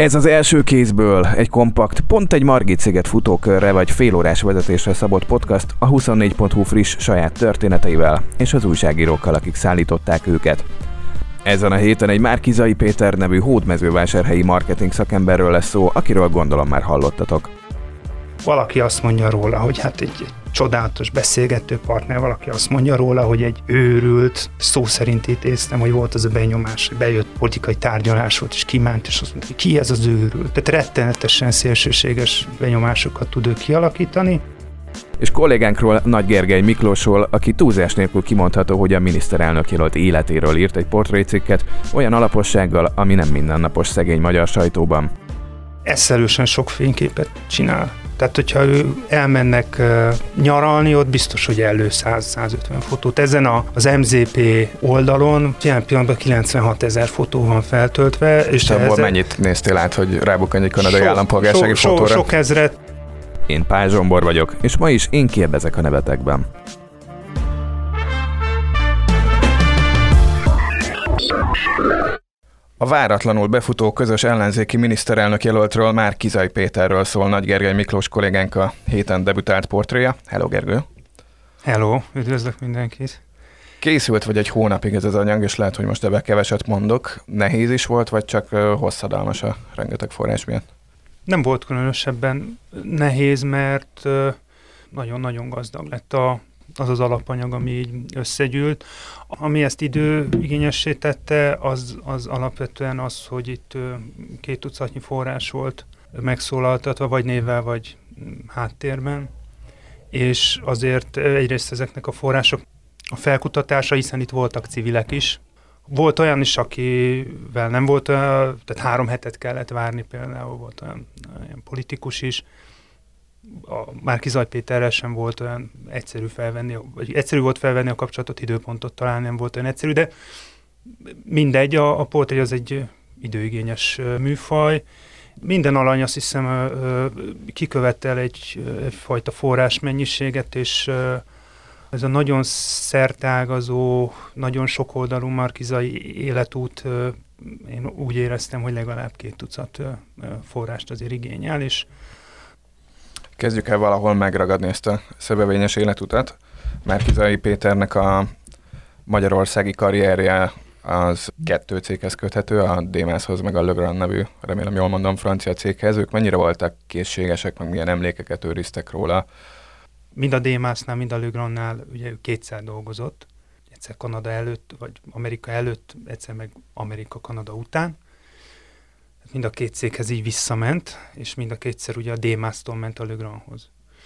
Ez az első kézből egy kompakt, pont egy Margit-sziget futókörre vagy félórás vezetésre szabott podcast a 24.hu friss saját történeteivel és az újságírókkal, akik szállították őket. Ezen a héten egy Márki-Zay Péter nevű hódmezővásárhelyi marketing szakemberről lesz szó, akiről gondolom már hallottatok. Valaki azt mondja róla, hogy hát egy csodálatos beszélgető partner, valaki azt mondja róla, hogy egy őrült, szó szerint idéztem, hogy volt az a benyomás, hogy bejött politikai tárgyalás volt, és kimánt, és azt mondta, hogy ki ez az őrült. Tehát rettenetesen szélsőséges benyomásokat tud ő kialakítani. És kollégánkról, Nagy Gergely Miklósról, aki túlzás nélkül kimondható, hogy a miniszterelnök jelölt életéről írt egy portrécikket, olyan alapossággal, ami nem mindennapos szegény magyar sajtóban. Eszelősen sok fényképet csinál. Tehát, hogyha ő elmennek nyaralni, ott biztos, hogy elő 100-150 fotót. Ezen az MZP oldalon jelen pillanatban 96 000 fotó van feltöltve. És abból mennyit néztél át, hogy rábukkanj egy kanadai állampolgársági fotóra? Sok ezret. Én Pál Zsombor vagyok, és ma is én kérdezek a nevetekben. A váratlanul befutó közös ellenzéki miniszterelnök jelöltről, Márki-Zay Péterről szól Nagy Gergely Miklós kollégánk a héten debütált portréja. Hello, Gergő! Hello, üdvözlök mindenkit! Készült vagy egy hónapig ez az anyag, és lehet, hogy most ebben keveset mondok. Nehéz is volt, vagy csak hosszadalmas a rengeteg forrás miatt? Nem volt különösebben nehéz, mert nagyon-nagyon gazdag lett az alapanyag, ami így összegyűlt. Ami ezt időigényessé tette, az alapvetően az, hogy itt 2 tucatnyi forrás volt megszólaltatva, vagy névvel, vagy háttérben. És azért egyrészt ezeknek a források a felkutatása, hiszen itt voltak civilek is. Volt olyan is, akivel nem volt, tehát 3 hetet kellett várni például, volt olyan politikus is. A Márki-Zay Péterrel sem volt olyan egyszerű volt felvenni a kapcsolatot, időpontot találni nem volt olyan egyszerű, de mindegy, a portré az egy időigényes műfaj. Minden alany azt hiszem kikövetel egyfajta forrásmennyiséget, és ez a nagyon szertágazó, nagyon sokoldalú Márki-Zay életút, én úgy éreztem, hogy legalább 2 tucat forrást azért igényel, és kezdjük el valahol megragadni ezt a szövevényes életutat. Márki-Zay Péternek a magyarországi karrierje az 2 céghez köthető, a Démászhoz meg a Legrand nevű, remélem jól mondom, francia céghez. Ők mennyire voltak készségesek, meg milyen emlékeket őriztek róla? Mind a Démásznál, mind a Legrandnál ugye ő 2-szer dolgozott. Egyszer Kanada előtt, vagy Amerika előtt, egyszer meg Amerika-Kanada után. Mind a 2 céghez így visszament, és mind a 2-szer ugye a Démásztól ment a Legrandhoz.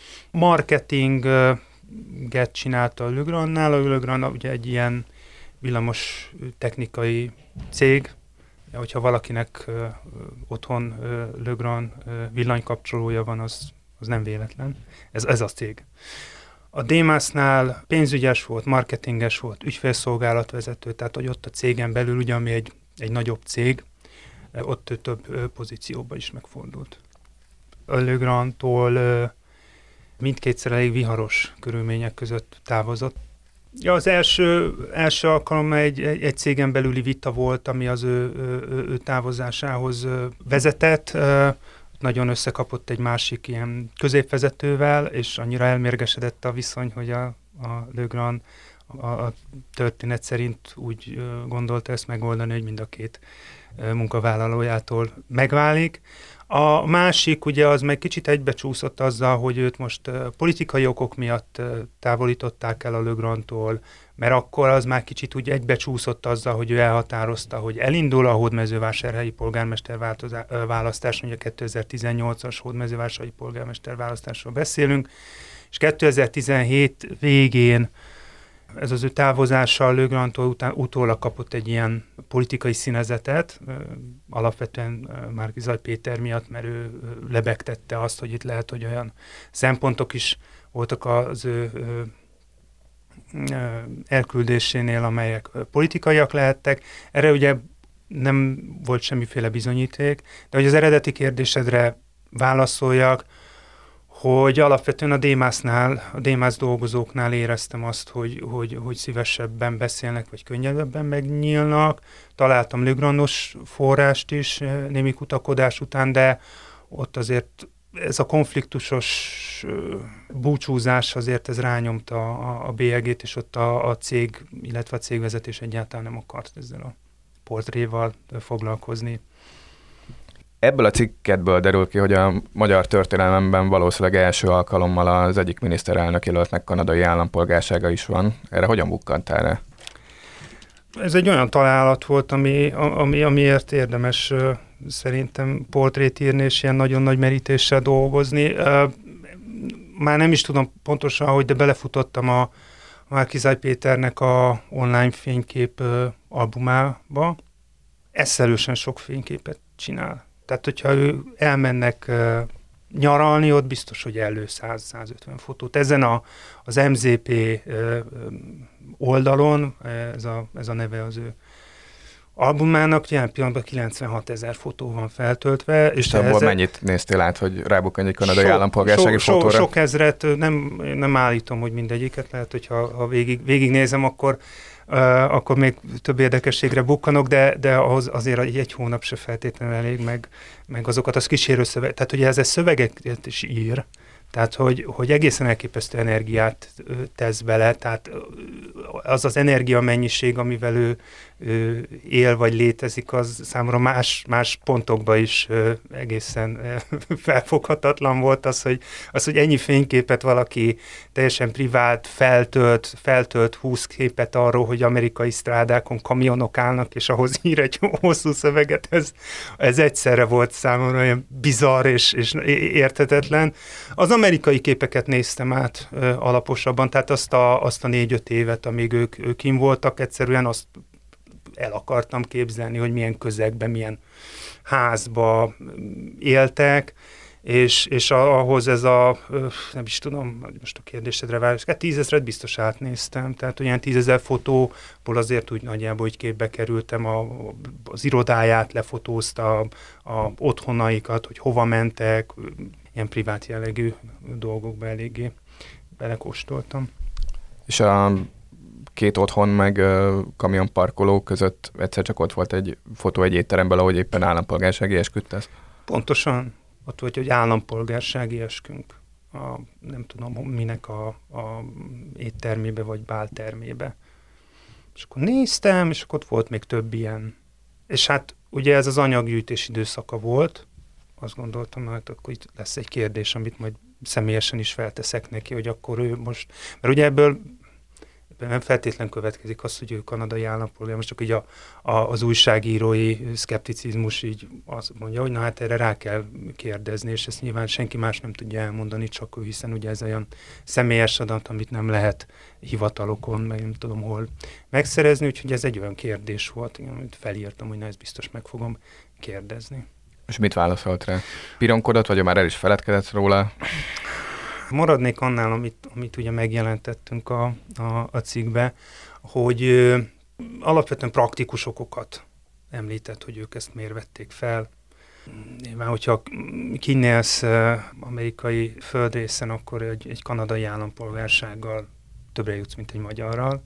Marketinget csinálta a Legrandnál, a Legrand ugye egy ilyen villamos technikai cég. Hogyha valakinek otthon Legrand villanykapcsolója van, az nem véletlen. Ez a cég. A Démásznál pénzügyes volt, marketinges volt, ügyfélszolgálatvezető, tehát hogy ott a cégen belül, ugye, ami egy nagyobb cég, ott több pozícióban is megfordult. A Legrandtól mindkétszer elég viharos körülmények között távozott. Ja, az első alkalommal egy cégen belüli vita volt, ami az ő távozásához vezetett. Nagyon összekapott egy másik ilyen középvezetővel, és annyira elmérgesedett a viszony, hogy a Legrand a történet szerint úgy gondolta ezt megoldani, hogy mind a 2 munkavállalójától megválik. A másik ugye az meg kicsit egybecsúszott azzal, hogy őt most politikai okok miatt távolították el a Legrandtól, mert akkor az már kicsit úgy egybecsúszott azzal, hogy ő elhatározta, hogy elindul a hódmezővásárhelyi polgármester választás, ugye 2018-as hódmezővásárhelyi polgármester választásról beszélünk, és 2017 végén ez az ő távozása a Legrandtól utólag kapott egy ilyen politikai színezetet, alapvetően Márki-Zay Péter miatt, mert ő lebegtette azt, hogy itt lehet, hogy olyan szempontok is voltak az ő elküldésénél, amelyek politikaiak lehettek. Erre ugye nem volt semmiféle bizonyíték, de hogy az eredeti kérdésedre válaszoljak, hogy alapvetően a DMAS dolgozóknál éreztem azt, hogy szívesebben beszélnek, vagy könnyebben megnyílnak. Találtam Legrandos forrást is némi kutakodás után, de ott azért ez a konfliktusos búcsúzás azért ez rányomta a bélyegét, és ott a cég, illetve a cégvezetés egyáltalán nem akart ezzel a portréval foglalkozni. Ebből a cikketből derül ki, hogy a magyar történelemben valószínűleg első alkalommal az egyik miniszterelnök jelöltnek kanadai állampolgársága is van. Erre hogyan bukkantál rá? Ez egy olyan találat volt, amiért érdemes szerintem portrét írni, és ilyen nagyon nagy merítéssel dolgozni. Már nem is tudom pontosan, hogy de belefutottam a Márki-Zay Péternek a online fénykép albumába. Eszelősen sok fényképet csinál. Tehát, hogyha ő elmennek nyaralni, ott biztos, hogy elő 100-150 fotót. Ezen az MZP oldalon, ez a neve az ő albumának, jelen pillanatban 96 000 fotó van feltöltve. És abból mennyit néztél át, hogy rábukkanj egy kanadai állampolgársági fotóra? Sok ezret, nem állítom, hogy mindegyiket, lehet, hogyha végignézem, akkor még több érdekességre bukkanok, de ahhoz azért egy hónap se feltétlenül elég, meg azokat az kísérő szöveg. Tehát, hogy ez szövegeket is ír, tehát, hogy egészen elképesztő energiát tesz bele, tehát az energia mennyiség, amivel ő él vagy létezik, az számomra más pontokban is egészen felfoghatatlan volt az, hogy ennyi fényképet valaki teljesen privát feltölt 20 képet arról, hogy amerikai strádákon kamionok állnak, és ahhoz ír egy hosszú szöveget, ez egyszerre volt számomra olyan bizarr és érthetetlen. Az amerikai képeket néztem át alaposabban, tehát azt a 4-5 évet, amíg ők kim voltak, egyszerűen azt el akartam képzelni, hogy milyen közegben, milyen házba éltek, és ahhoz ez nem is tudom, most a kérdésedre válasz, 10 000 biztos átnéztem, tehát olyan 10 000 fotóból azért úgy nagyjából így képbe kerültem, az irodáját lefotózta, a otthonaikat, hogy hova mentek, ilyen privát jellegű dolgokba eléggé belekóstoltam. És a két otthon meg kamionparkoló között egyszer csak ott volt egy fotó egy étteremből, ahogy éppen állampolgársági esküdtesz? Pontosan. Ott volt, hogy állampolgársági eskünk. Nem tudom minek a éttermébe vagy báltermébe. És akkor néztem, és akkor ott volt még több ilyen. És hát ugye ez az anyaggyűjtés időszaka volt. Azt gondoltam, hogy akkor itt lesz egy kérdés, amit majd személyesen is felteszek neki, hogy akkor ő most... Mert ugye ebből nem feltétlen következik az, hogy ő kanadai állampolgár, most csak így az újságírói szkepticizmus így azt mondja, hogy na hát erre rá kell kérdezni, és ezt nyilván senki más nem tudja elmondani, csak ő, hiszen ugye ez olyan személyes adat, amit nem lehet hivatalokon, meg nem tudom hol megszerezni, úgyhogy ez egy olyan kérdés volt, amit felírtam, hogy na ezt biztos meg fogom kérdezni. És mit válaszolt rá? Pironkodott, vagy már el is feledkezett róla? Maradnék annál, amit ugye megjelentettünk a cikkbe, hogy alapvetően praktikus okokat említett, hogy ők ezt miért vették fel. Nyilván, hogyha kinélsz amerikai földrészen, akkor egy kanadai állampolgársággal többre jutsz, mint egy magyarral,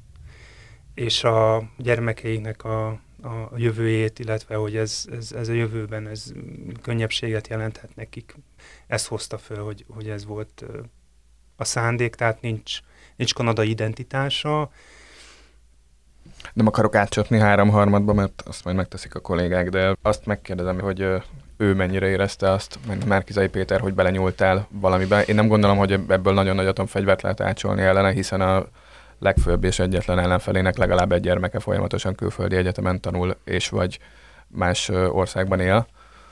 és a gyermekeiknek a jövőjét, illetve hogy ez a jövőben ez könnyebbséget jelenthet nekik. Ezt hozta föl, hogy ez volt a szándék, tehát nincs kanadai identitása. Nem akarok átcsapni 3/3, mert azt majd megteszik a kollégák, de azt megkérdezem, hogy ő mennyire érezte azt, Márki-Zay Péter, hogy belenyúltál valamiben. Én nem gondolom, hogy ebből nagyon nagy atomfegyvert lehet ácsolni ellene, hiszen a legfőbb és egyetlen ellenfelének legalább egy gyermeke folyamatosan külföldi egyetemen tanul, és vagy más országban él.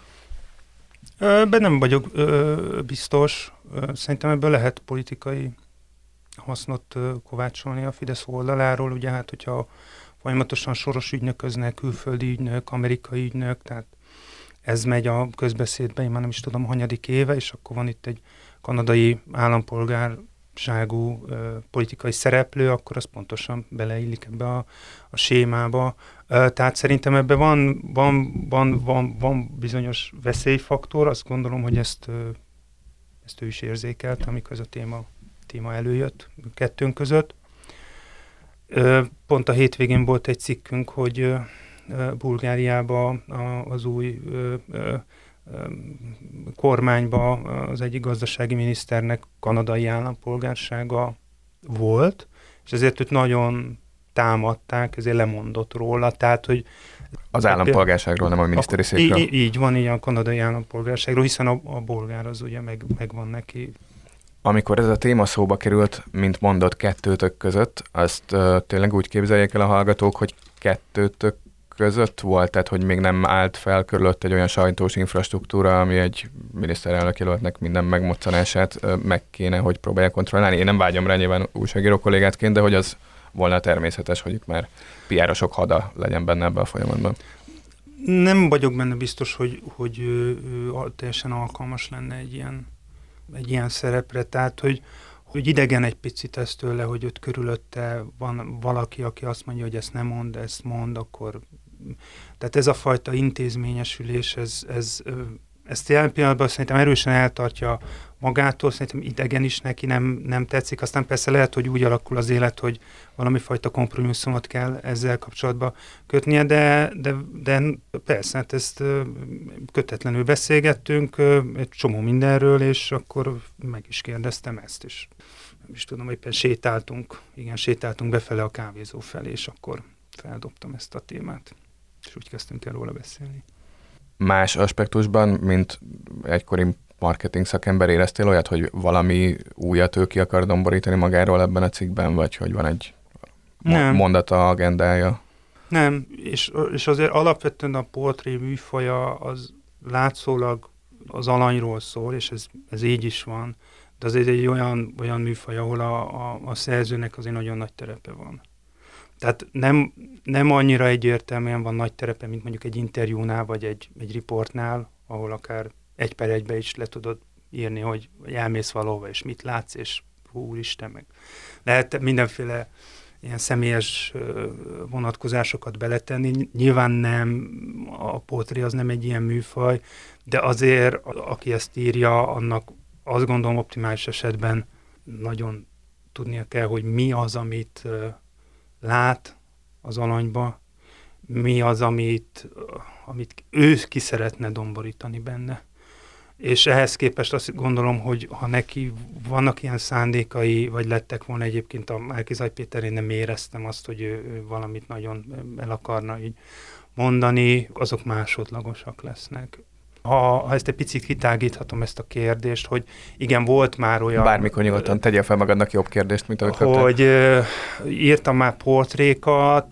Ebben nem vagyok biztos. Szerintem ebből lehet politikai hasznot kovácsolni a Fidesz oldaláról. Ugye hát, hogyha folyamatosan soros ügynököznek, külföldi ügynök, amerikai ügynök, tehát ez megy a közbeszédben, én már nem is tudom, hanyadik éve, és akkor van itt egy kanadai állampolgárságú politikai szereplő, akkor az pontosan beleillik ebbe a sémába. Tehát szerintem ebben van bizonyos veszélyfaktor, azt gondolom, hogy ezt Ezt ő is érzékelt, amikor ez a téma előjött kettőnk között. Pont a hétvégén volt egy cikkünk, hogy Bulgáriában az új kormányba az egyik gazdasági miniszternek kanadai állampolgársága volt, és ezért őt nagyon támadták, ezért lemondott róla. Tehát, hogy az állampolgárságról, nem a miniszteri székről. Így van, így a kanadai állampolgárságról, hiszen a bolgár az ugye megvan neki. Amikor ez a téma szóba került, mint mondott, kettőtök között, azt tényleg úgy képzeljék el a hallgatók, hogy kettőtök között volt, tehát hogy még nem állt fel körülött egy olyan sajtós infrastruktúra, ami egy miniszterelnök jelöltnek minden megmoccanását meg kéne, hogy próbálja kontrollálni. Én nem vágyom rá nyilván újságíró kollégátként, de hogy az volna természetes, hogy itt már PR-osok hada legyen benne ebben a folyamatban. Nem vagyok benne biztos, hogy teljesen alkalmas lenne egy ilyen szerepre, tehát hogy idegen egy picit ez tőle, hogy ott körülötte van valaki, aki azt mondja, hogy ezt nem mond, ezt mond, akkor... Tehát ez a fajta intézményesülés, ezt jelen pillanatban szerintem erősen eltartja magától, szerintem idegen is neki nem tetszik, aztán persze lehet, hogy úgy alakul az élet, hogy valami fajta kompromisszumot kell ezzel kapcsolatban kötnie, de persze, hát ezt kötetlenül beszélgettünk egy csomó mindenről, és akkor meg is kérdeztem ezt, és nem is tudom, éppen sétáltunk befele a kávézó felé, és akkor feldobtam ezt a témát, és úgy kezdtünk el róla beszélni. Más aspektusban, mint egykori marketing szakember, éreztél olyat, hogy valami újat ő ki akar domborítani magáról ebben a cikkben, vagy hogy van egy mondata, agendája? Nem, és azért alapvetően a portré műfaja az látszólag az alanyról szól, és ez így is van, de azért egy olyan műfaj, ahol a szerzőnek azért nagyon nagy terepe van. Tehát nem annyira egyértelműen van nagy terepe, mint mondjuk egy interjúnál, vagy egy riportnál, ahol akár 1/1 is le tudod írni, hogy elmész valahova, és mit látsz, és úristen, meg lehet mindenféle ilyen személyes vonatkozásokat beletenni. Nyilván nem, a portré az nem egy ilyen műfaj, de azért, aki ezt írja, annak azt gondolom optimális esetben nagyon tudnia kell, hogy mi az, amit lát az alanyba, mi az, amit ő ki szeretne domborítani benne. És ehhez képest azt gondolom, hogy ha neki vannak ilyen szándékai, vagy lettek volna egyébként a Márki-Zay Péter, én nem éreztem azt, hogy ő valamit nagyon el akarna így mondani, azok másodlagosak lesznek. Ha ezt egy picit kitágíthatom ezt a kérdést, hogy igen, volt már olyan... Bármikor nyugodtan tegyél fel magadnak jobb kérdést, mint ahogy kaptál. Hogy írtam már portrékat,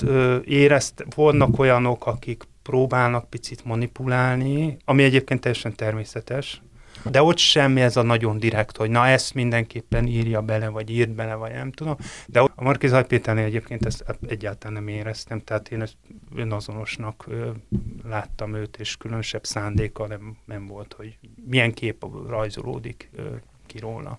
vannak olyanok, akik próbálnak picit manipulálni, ami egyébként teljesen természetes, de ott semmi ez a nagyon direkt, hogy na ezt mindenképpen írja bele, vagy írd bele, vagy nem tudom. De a Márki-Zay Péternél egyébként ezt egyáltalán nem éreztem, tehát én ezt önazonosnak láttam őt, és különösebb szándéka nem volt, hogy milyen kép rajzolódik ki róla.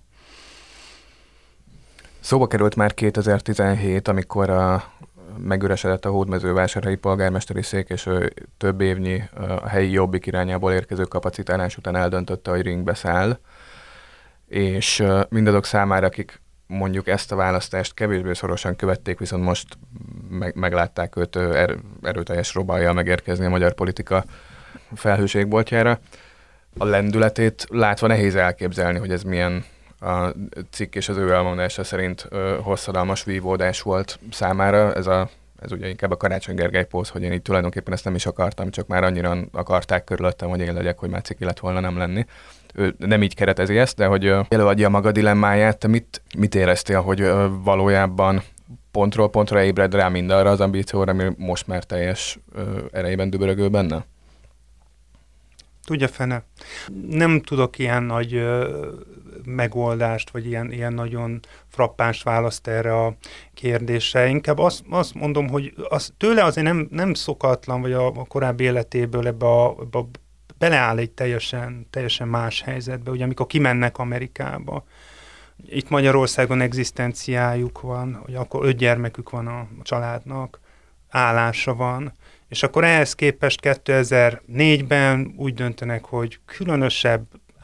Szóba került már 2017, amikor megüresedett a hódmezővásárhelyi polgármesteri szék, és több évnyi a helyi Jobbik irányából érkező kapacitálás után eldöntötte, hogy ringbe száll, és mindazok számára, akik mondjuk ezt a választást kevésbé szorosan követték, viszont most meglátták őt erőteljes robajjal megérkezni a magyar politika felhőségboltjára. A lendületét látva nehéz elképzelni, hogy ez milyen. A cikk és az ő elmondása szerint hosszadalmas vívódás volt számára. Ez ugye inkább a Karácsony Gergely póz, hogy én így tulajdonképpen ezt nem is akartam, csak már annyira akarták körülöttem, hogy én legyek, hogy már ciki lett volna nem lenni. Ő nem így keretezi ezt, de hogy előadja maga dilemmáját. Te mit éreztél, hogy valójában pontról pontra ébred rá mindarra az ambícióra, ami most már teljes erejében dübörögő benne? Tudja fene. Nem tudok ilyen nagy megoldást, vagy ilyen nagyon frappáns választ erre a kérdésre. Inkább azt mondom, hogy tőle azért nem szokatlan, vagy a korábbi életéből ebbe beleáll egy teljesen más helyzetbe, ugye amikor kimennek Amerikába. Itt Magyarországon egzisztenciájuk van, hogy akkor 5 gyermekük van a családnak, állása van, és akkor ehhez képest 2004-ben úgy döntenek, hogy különösebb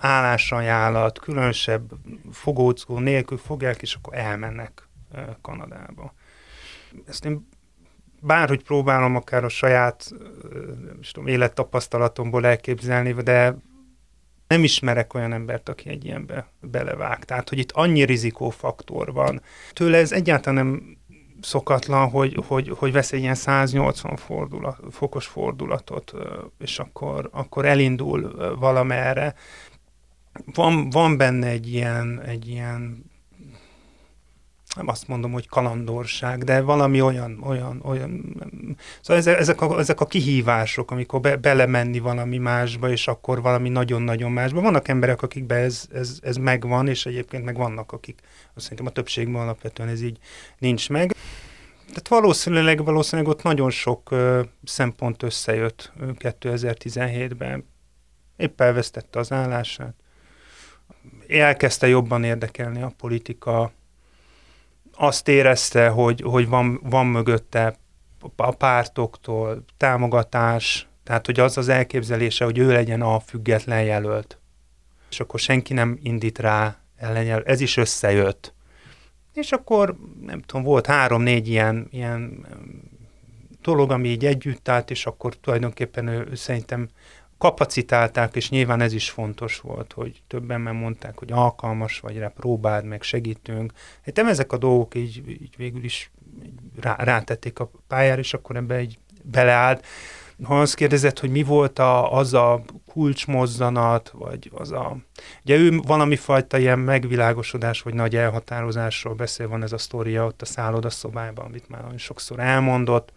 állásajánlat, különösebb fogócó nélkül fogják, és akkor elmennek Kanadába. Ezt én bárhogy próbálom akár a saját élettapasztalatomból elképzelni, de nem ismerek olyan embert, aki egy ilyenbe belevág. Tehát, hogy itt annyi rizikófaktor van. Tőle ez egyáltalán nem szokatlan, hogy vesz egy ilyen 180 fokos fordulatot, és akkor elindul valamerre. Van benne egy ilyen nem azt mondom, hogy kalandorság, de valami olyan. Szóval ezek a kihívások, amikor belemenni valami másba, és akkor valami nagyon-nagyon másba. Vannak emberek, akikben ez megvan, és egyébként meg vannak, akik azt szerintem a többségben alapvetően ez így nincs meg. Tehát valószínűleg ott nagyon sok szempont összejött 2017-ben. Épp elvesztette az állását. Elkezdte jobban érdekelni a politika. Azt érezte, hogy van mögötte a pártoktól támogatás, tehát hogy az elképzelése, hogy ő legyen a független jelölt. És akkor senki nem indít rá ellenjelölt. Ez is összejött. És akkor, nem tudom, volt 3-4 ilyen dolog, ami így együtt állt, és akkor tulajdonképpen ő szerintem kapacitálták, és nyilván ez is fontos volt, hogy többen mondták, hogy alkalmas vagy rá, próbáld meg, segítünk. Hát ezek a dolgok így végül is rátették a pályára, és akkor ebbe így beleállt. Ha azt kérdezed, hogy mi volt az a kulcsmozzanat, vagy ugye ő valami fajta ilyen megvilágosodás, vagy nagy elhatározásról beszél, van ez a sztoria ott a szállodaszobában, amit már nagyon sokszor elmondott.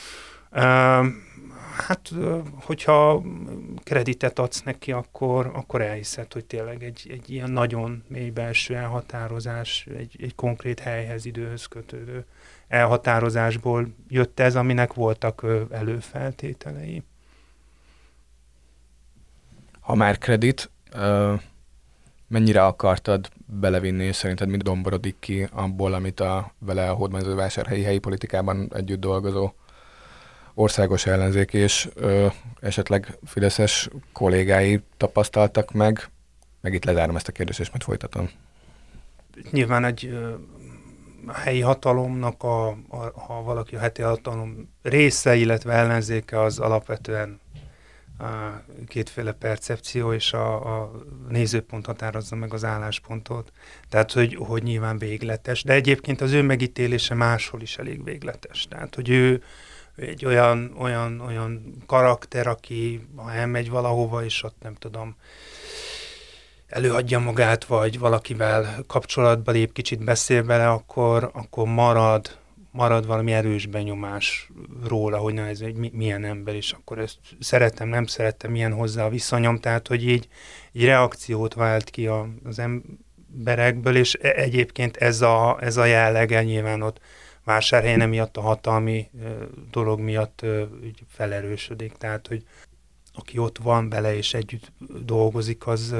Hát, hogyha kreditet adsz neki, akkor elhiszed, hogy tényleg egy ilyen nagyon mély belső elhatározás, egy konkrét helyhez, időhöz kötődő elhatározásból jött ez, aminek voltak előfeltételei. Ha már kredit, mennyire akartad belevinni, és szerinted mit domborodik ki abból, amit vele a hódmezővásárhelyi helyi politikában együtt dolgozó országos ellenzék és esetleg fideszes kollégái tapasztaltak meg itt lezárom ezt a kérdést, és majd folytatom. Nyilván egy helyi hatalomnak, ha valaki a helyi hatalom része, illetve ellenzéke, az alapvetően kétféle percepció, és a nézőpont határozza meg az álláspontot. Tehát, hogy nyilván végletes. De egyébként az ő megítélése máshol is elég végletes. Tehát, hogy ő egy olyan karakter, aki ha elmegy valahova, és ott nem tudom, előadja magát, vagy valakivel kapcsolatba lép, kicsit beszél vele, akkor marad valami erős benyomás róla, hogy na ez egy milyen ember, és akkor ezt szeretem, nem szeretem, milyen hozzá a viszonyom, tehát hogy így reakciót vált ki az emberekből, és egyébként ez a jellege nyilván ott Vásárhelyen emiatt a hatalmi dolog miatt felerősödik. Tehát, hogy aki ott van vele és együtt dolgozik, az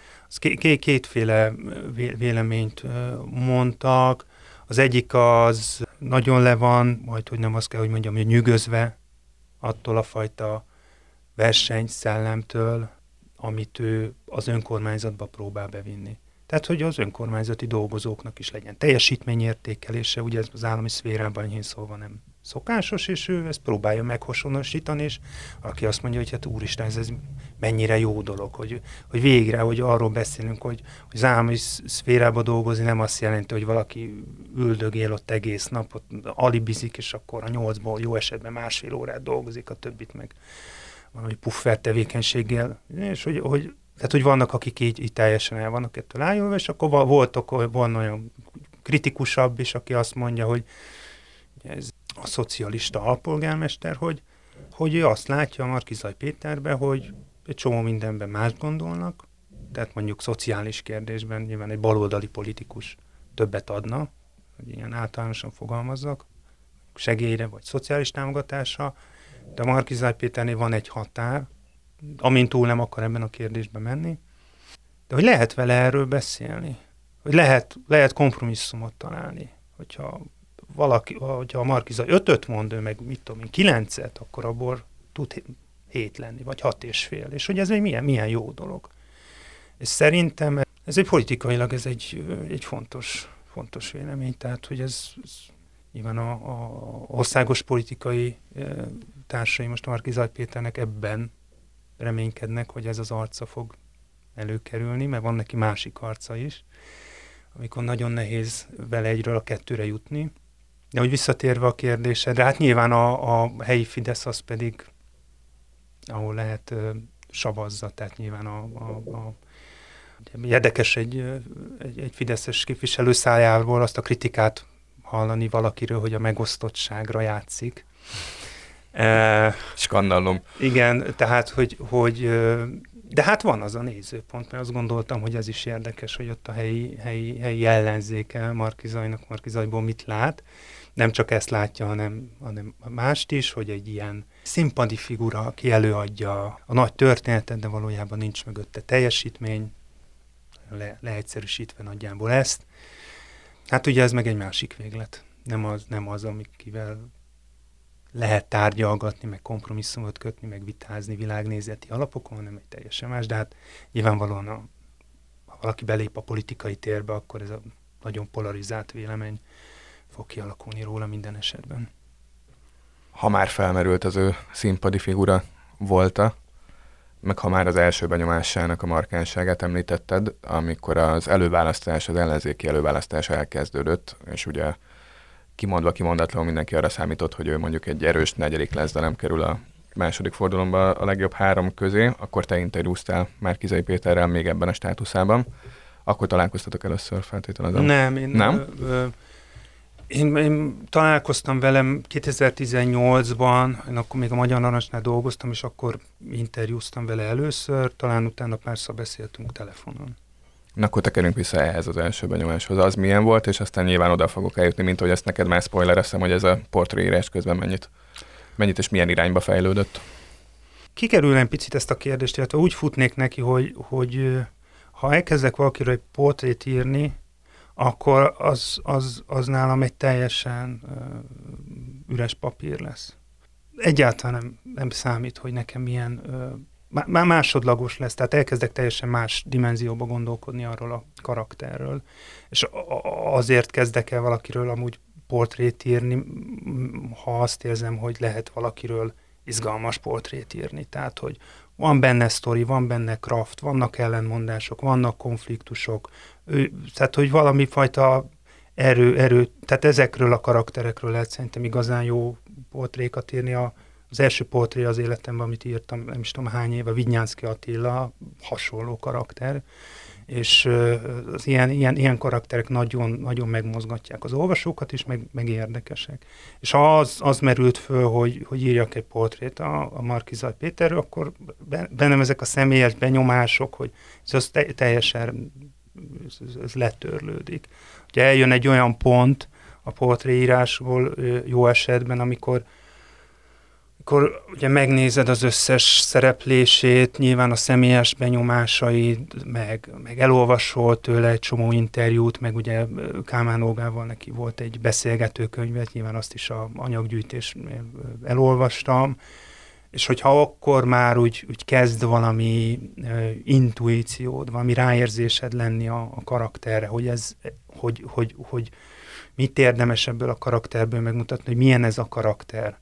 kétféle véleményt mondtak. Az egyik az nagyon le van, majd hogy nem azt kell, hogy mondjam, hogy nyűgözve attól a fajta versenyszellemtől, amit ő az önkormányzatba próbál bevinni. Tehát, hogy az önkormányzati dolgozóknak is legyen teljesítményértékelése, ugye ez az állami szférában enyhén szólva nem szokásos, és ő ezt próbálja meghosonosítani, és aki azt mondja, hogy hát úristen, ez mennyire jó dolog, hogy végre, hogy arról beszélünk, hogy az állami szférában dolgozni nem azt jelenti, hogy valaki üldögél ott egész nap, ott alibizik, és akkor a 8-ból jó esetben másfél órát dolgozik, a többit meg valami puffer tevékenységgel, és tehát, hogy vannak, akik így teljesen el vannak ettől ájulva, és akkor van olyan kritikusabb is, aki azt mondja, hogy ez a szocialista alpolgármester, hogy ő azt látja a Markizai Péterben, hogy egy csomó mindenben más gondolnak, tehát mondjuk szociális kérdésben nyilván egy baloldali politikus többet adna, hogy ilyen általánosan fogalmazzak, segélyre vagy szociális támogatásra, de a Markizai Péternél van egy határ, amint túl nem akar ebben a kérdésben menni, de hogy lehet vele erről beszélni, hogy lehet kompromisszumot találni, hogyha a Markizai 5-öt mond, ő meg mit tudom én 9-et, akkor abból tud 7 lenni, vagy 6,5, és hogy ez egy milyen jó dolog. És szerintem ez egy politikailag egy fontos vélemény, tehát hogy ez nyilván a országos politikai társai most Markizaj Péternek ebben reménykednek, hogy ez az arca fog előkerülni, mert van neki másik arca is, amikor nagyon nehéz vele egyről a kettőre jutni. De hogy visszatérve a kérdésedre, hát nyilván a helyi Fidesz az pedig, ahol lehet, savazza, tehát nyilván érdekes egy fideszes képviselő szájából azt a kritikát hallani valakiről, hogy a megosztottságra játszik. Skandalom. Igen, tehát, hogy de hát van az a nézőpont, mert azt gondoltam, hogy ez is érdekes, hogy ott a helyi ellenzéke Markizajból mit lát. Nem csak ezt látja, hanem mást is, hogy egy ilyen színpadi figura, aki előadja a nagy történetet, de valójában nincs mögötte teljesítmény, leegyszerűsítve nagyjából ezt. Hát ugye ez meg egy másik véglet. Nem az, amikivel lehet tárgyalgatni, meg kompromisszumot kötni, meg vitázni világnézeti alapokon, hanem egy teljesen más. De hát nyilvánvalóan, ha valaki belép a politikai térbe, akkor ez a nagyon polarizált vélemény fog kialakulni róla minden esetben. Ha már felmerült az ő színpadi figura volta, meg ha már az első benyomásának a markánságát említetted, amikor az ellenzéki előválasztás elkezdődött, és ugye kimondatlanul mindenki arra számított, hogy ő mondjuk egy erős negyedik lesz, de nem kerül a második fordulóba a legjobb 3 közé, akkor te interjúztál Márki-Zay Péterrel még ebben a státuszában. Akkor találkoztatok először, feltételezem? Nem? Én találkoztam velem 2018-ban, én akkor még a Magyar Narancsnál dolgoztam, és akkor interjúztam vele először, talán utána párszor beszéltünk telefonon. Na akkor tekerünk vissza ehhez az első benyomáshoz. Az milyen volt, és aztán nyilván oda fogok eljutni, mint hogy ezt neked már spoilereztem, hogy ez a portréírás közben mennyit és milyen irányba fejlődött. Kikerülnem picit ezt a kérdést, illetve úgy futnék neki, hogy ha elkezdek valakiről egy portrét írni, akkor az nálam egy teljesen üres papír lesz. Egyáltalán nem számít, hogy nekem milyen már másodlagos lesz, tehát elkezdek teljesen más dimenzióba gondolkodni arról a karakterről. És azért kezdek el valakiről amúgy portrét írni, ha azt érzem, hogy lehet valakiről izgalmas portrét írni. Tehát, hogy van benne sztori, van benne kraft, vannak ellentmondások, vannak konfliktusok, tehát, hogy valami fajta erő, tehát ezekről a karakterekről lehet szerintem igazán jó portrékat írni. Az első portré az életemben, amit írtam, nem is tudom hány éve, Vidnyánszky Attila, hasonló karakter, és az ilyen karakterek nagyon, nagyon megmozgatják az olvasókat is, meg érdekesek. És ha az merült föl, hogy írjak egy portrét a Markizaj Péterről, akkor bennem ezek a személyes benyomások, hogy ez teljesen ez letörlődik. Ugye eljön egy olyan pont a portréírásból jó esetben, amikor ugye megnézed az összes szereplését, nyilván a személyes benyomásait, meg elolvasol tőle egy csomó interjút, meg ugye Kálmán Olgával neki volt egy beszélgetőkönyvet, nyilván azt is a anyaggyűjtés elolvastam, és hogyha akkor már úgy kezd valami intuíciód, valami ráérzésed lenni a karakterre, hogy mit érdemes ebből a karakterből megmutatni, hogy milyen ez a karakter,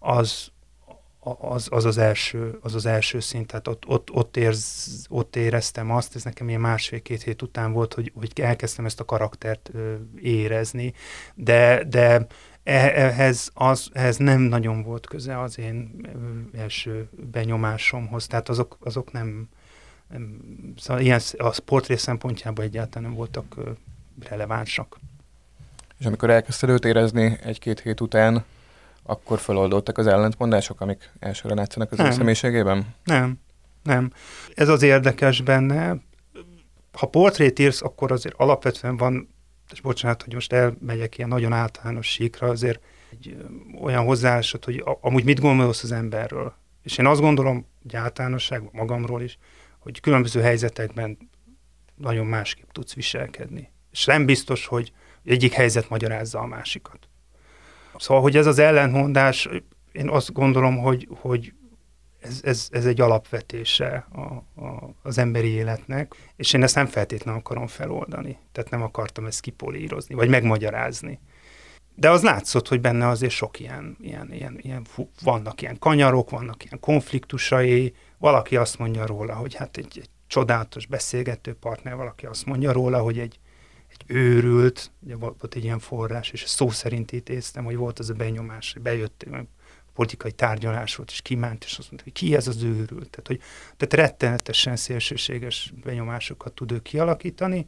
az első szint, tehát ott éreztem azt, ez nekem ilyen 1,5-2 hét után volt, hogy elkezdtem ezt a karaktert érezni, de ehhez nem nagyon volt köze az én első benyomásomhoz, tehát azok nem szóval ilyen a portré szempontjában egyáltalán nem voltak relevánsak. És amikor elkezdted őt érezni 1-2 hét után, akkor feloldódtak az ellentmondások, amik elsőre látszanak az ő személyiségében? Nem. Ez az érdekes benne. Ha portrét írsz, akkor azért alapvetően van, és bocsánat, hogy most elmegyek ilyen nagyon általános síkra, azért egy olyan hozzáállásod, hogy amúgy mit gondolsz az emberről. És én azt gondolom, hogy általánosságban magamról is, hogy különböző helyzetekben nagyon másképp tudsz viselkedni. És nem biztos, hogy egyik helyzet magyarázza a másikat. Szóval, hogy ez az ellentmondás, én azt gondolom, hogy ez egy alapvetése az emberi életnek, és én ezt nem feltétlenül akarom feloldani. Tehát nem akartam ezt kipolírozni, vagy megmagyarázni. De az látszott, hogy benne azért sok ilyen vannak ilyen kanyarok, vannak ilyen konfliktusai, valaki azt mondja róla, hogy hát egy csodálatos beszélgető partner, valaki azt mondja róla, hogy egy őrült, ugye volt egy ilyen forrás, és szó szerint ítéztem, hogy volt az a benyomás, hogy bejött, politikai tárgyalás volt, és kiment, és azt mondta, hogy ki ez az őrült. Tehát rettenetesen szélsőséges benyomásokat tud ő kialakítani.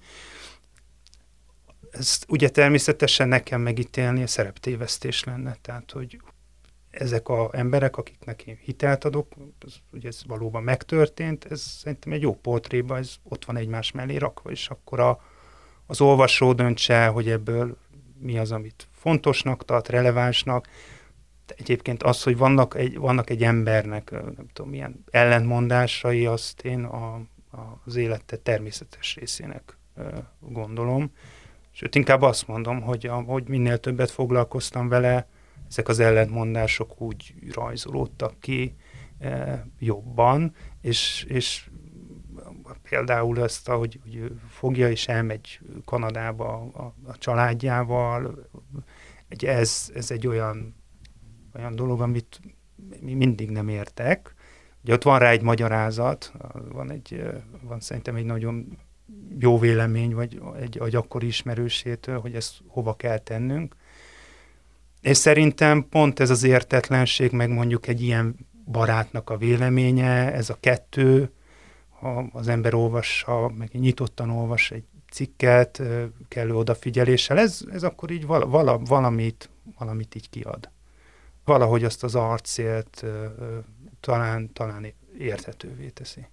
Ezt ugye természetesen nekem megítélni a szereptévesztés lenne, tehát hogy ezek az emberek, akiknek én hitelt adok, ugye ez valóban megtörtént, ez szerintem egy jó portréban, ez ott van egymás mellé rakva, és akkor az olvasó döntse, hogy ebből mi az, amit fontosnak tart, relevánsnak. De egyébként az, hogy vannak egy embernek, nem tudom, milyen ellentmondásai, azt én az élete természetes részének gondolom. Sőt, inkább azt mondom, hogy minél többet foglalkoztam vele, ezek az ellentmondások úgy rajzolódtak ki jobban, és például azt, hogy fogja és elmegy Kanadába a családjával, ez egy olyan dolog, amit mi mindig nem értek. Ugye ott van rá egy magyarázat, van szerintem egy nagyon jó vélemény, vagy egy akkori ismerősétől, hogy ezt hova kell tennünk. És szerintem pont ez az értetlenség, meg mondjuk egy ilyen barátnak a véleménye, ez a kettő, ha az ember olvassa, meg nyitottan olvas egy cikket, kellő odafigyeléssel, ez akkor így valamit így kiad. Valahogy azt az arcélt talán érthetővé teszi.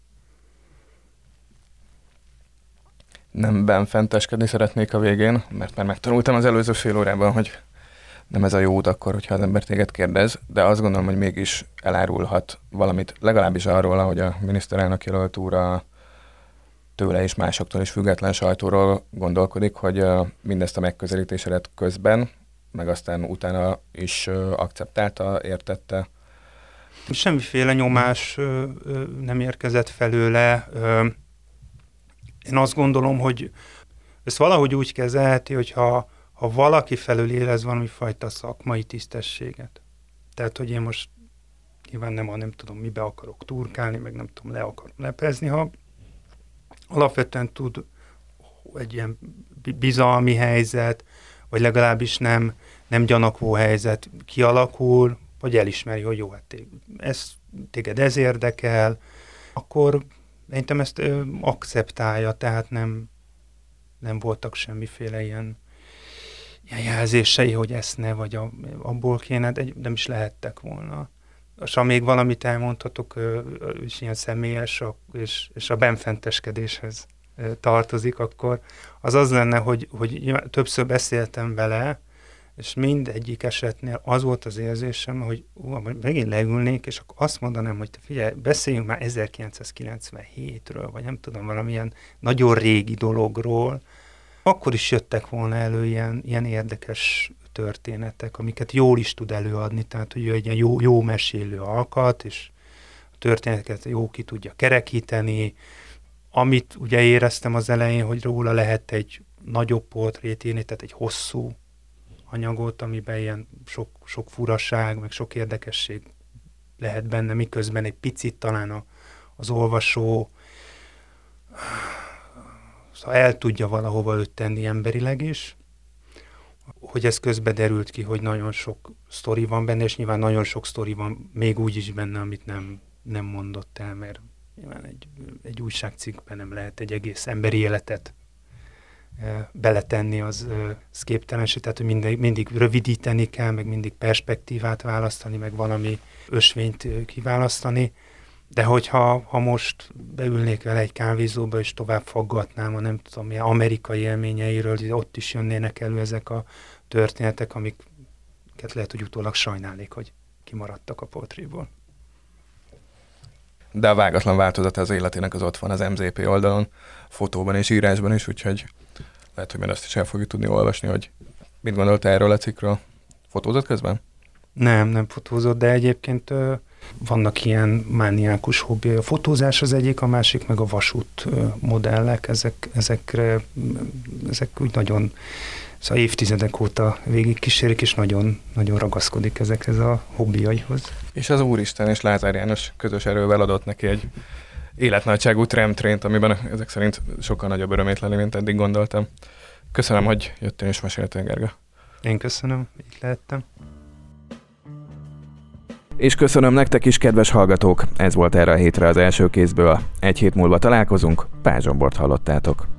Nem benfenteskedni szeretnék a végén, mert már megtanultam az előző fél órában, hogy nem ez a jó út akkor, hogyha az ember téged kérdez, de azt gondolom, hogy mégis elárulhat valamit, legalábbis arról, ahogy a miniszterelnök jelölt úr tőle és másoktól is független sajtóról gondolkodik, hogy mindezt a megközelítésedet közben, meg aztán utána is akceptálta, értette. Semmiféle nyomás nem érkezett felőle. Én azt gondolom, hogy ezt valahogy úgy kezelheti, hogyha valaki felől érez valami fajta szakmai tisztességet. Tehát, hogy én most nyilván nem tudom, mibe akarok turkálni, meg nem tudom, le akarom lepezni, ha alapvetően tud egy ilyen bizalmi helyzet, vagy legalábbis nem gyanakvó helyzet kialakul, vagy elismeri, hogy jó, hát téged ez érdekel, akkor szerintem ezt akceptálja, tehát nem voltak semmiféle ilyen jelzései, hogy ezt ne, vagy abból kéne, de nem is lehettek volna. És ha még valamit elmondhatok, és ilyen személyes, és a benfenteskedéshez tartozik, akkor az lenne, hogy többször beszéltem vele, és mindegyik esetnél az volt az érzésem, hogy megint leülnék, és akkor azt mondanám, hogy figyelj, beszéljünk már 1997-ről, vagy nem tudom, valamilyen nagyon régi dologról, akkor is jöttek volna elő ilyen érdekes történetek, amiket jól is tud előadni, tehát hogy egy jó mesélő alkat, és a történeteket jó ki tudja kerekíteni. Amit ugye éreztem az elején, hogy róla lehet egy nagyobb portrét írni, tehát egy hosszú anyagot, amiben ilyen sok furaság, meg sok érdekesség lehet benne, miközben egy picit talán az olvasó szóval el tudja valahova őt tenni emberileg is, hogy ez közben derült ki, hogy nagyon sok sztori van benne, és nyilván nagyon sok sztori van még úgy is benne, amit nem mondott el, mert nyilván egy újságcikkben nem lehet egy egész emberi életet beletenni, az képtelenség, tehát hogy mindig rövidíteni kell, meg mindig perspektívát választani, meg valami ösvényt kiválasztani, de hogyha most beülnék vele egy kávézóba, és tovább faggatnám a nem tudom milyen amerikai élményeiről, ott is jönnének elő ezek a történetek, amiket lehet, hogy utólag sajnálnék, hogy kimaradtak a portréból. De a vágatlan változata az életének az ott van az MZP oldalon, fotóban és írásban is, úgyhogy lehet, hogy már azt is el fogjuk tudni olvasni, hogy mit gondolta erről a cikkről. Fotózott közben? Nem fotózott, de egyébként Vannak ilyen mániákus hobbi. A fotózás az egyik, a másik meg a vasút modellek. Ezek úgy nagyon, szóval évtizedek óta végig kísérik, és nagyon, nagyon ragaszkodik ezekhez a hobbiaihoz. És az Úristen és Lázár János közös erővel adott neki egy életnagyságú tramtrént, amiben ezek szerint sokkal nagyobb örömét lenni, mint eddig gondoltam. Köszönöm, hogy jöttél és meséltél, Gerga. Én köszönöm, itt lehettem. És köszönöm nektek is, kedves hallgatók! Ez volt erre a hétre az első kézből. Egy hét múlva találkozunk, Pál Zsombort hallottátok.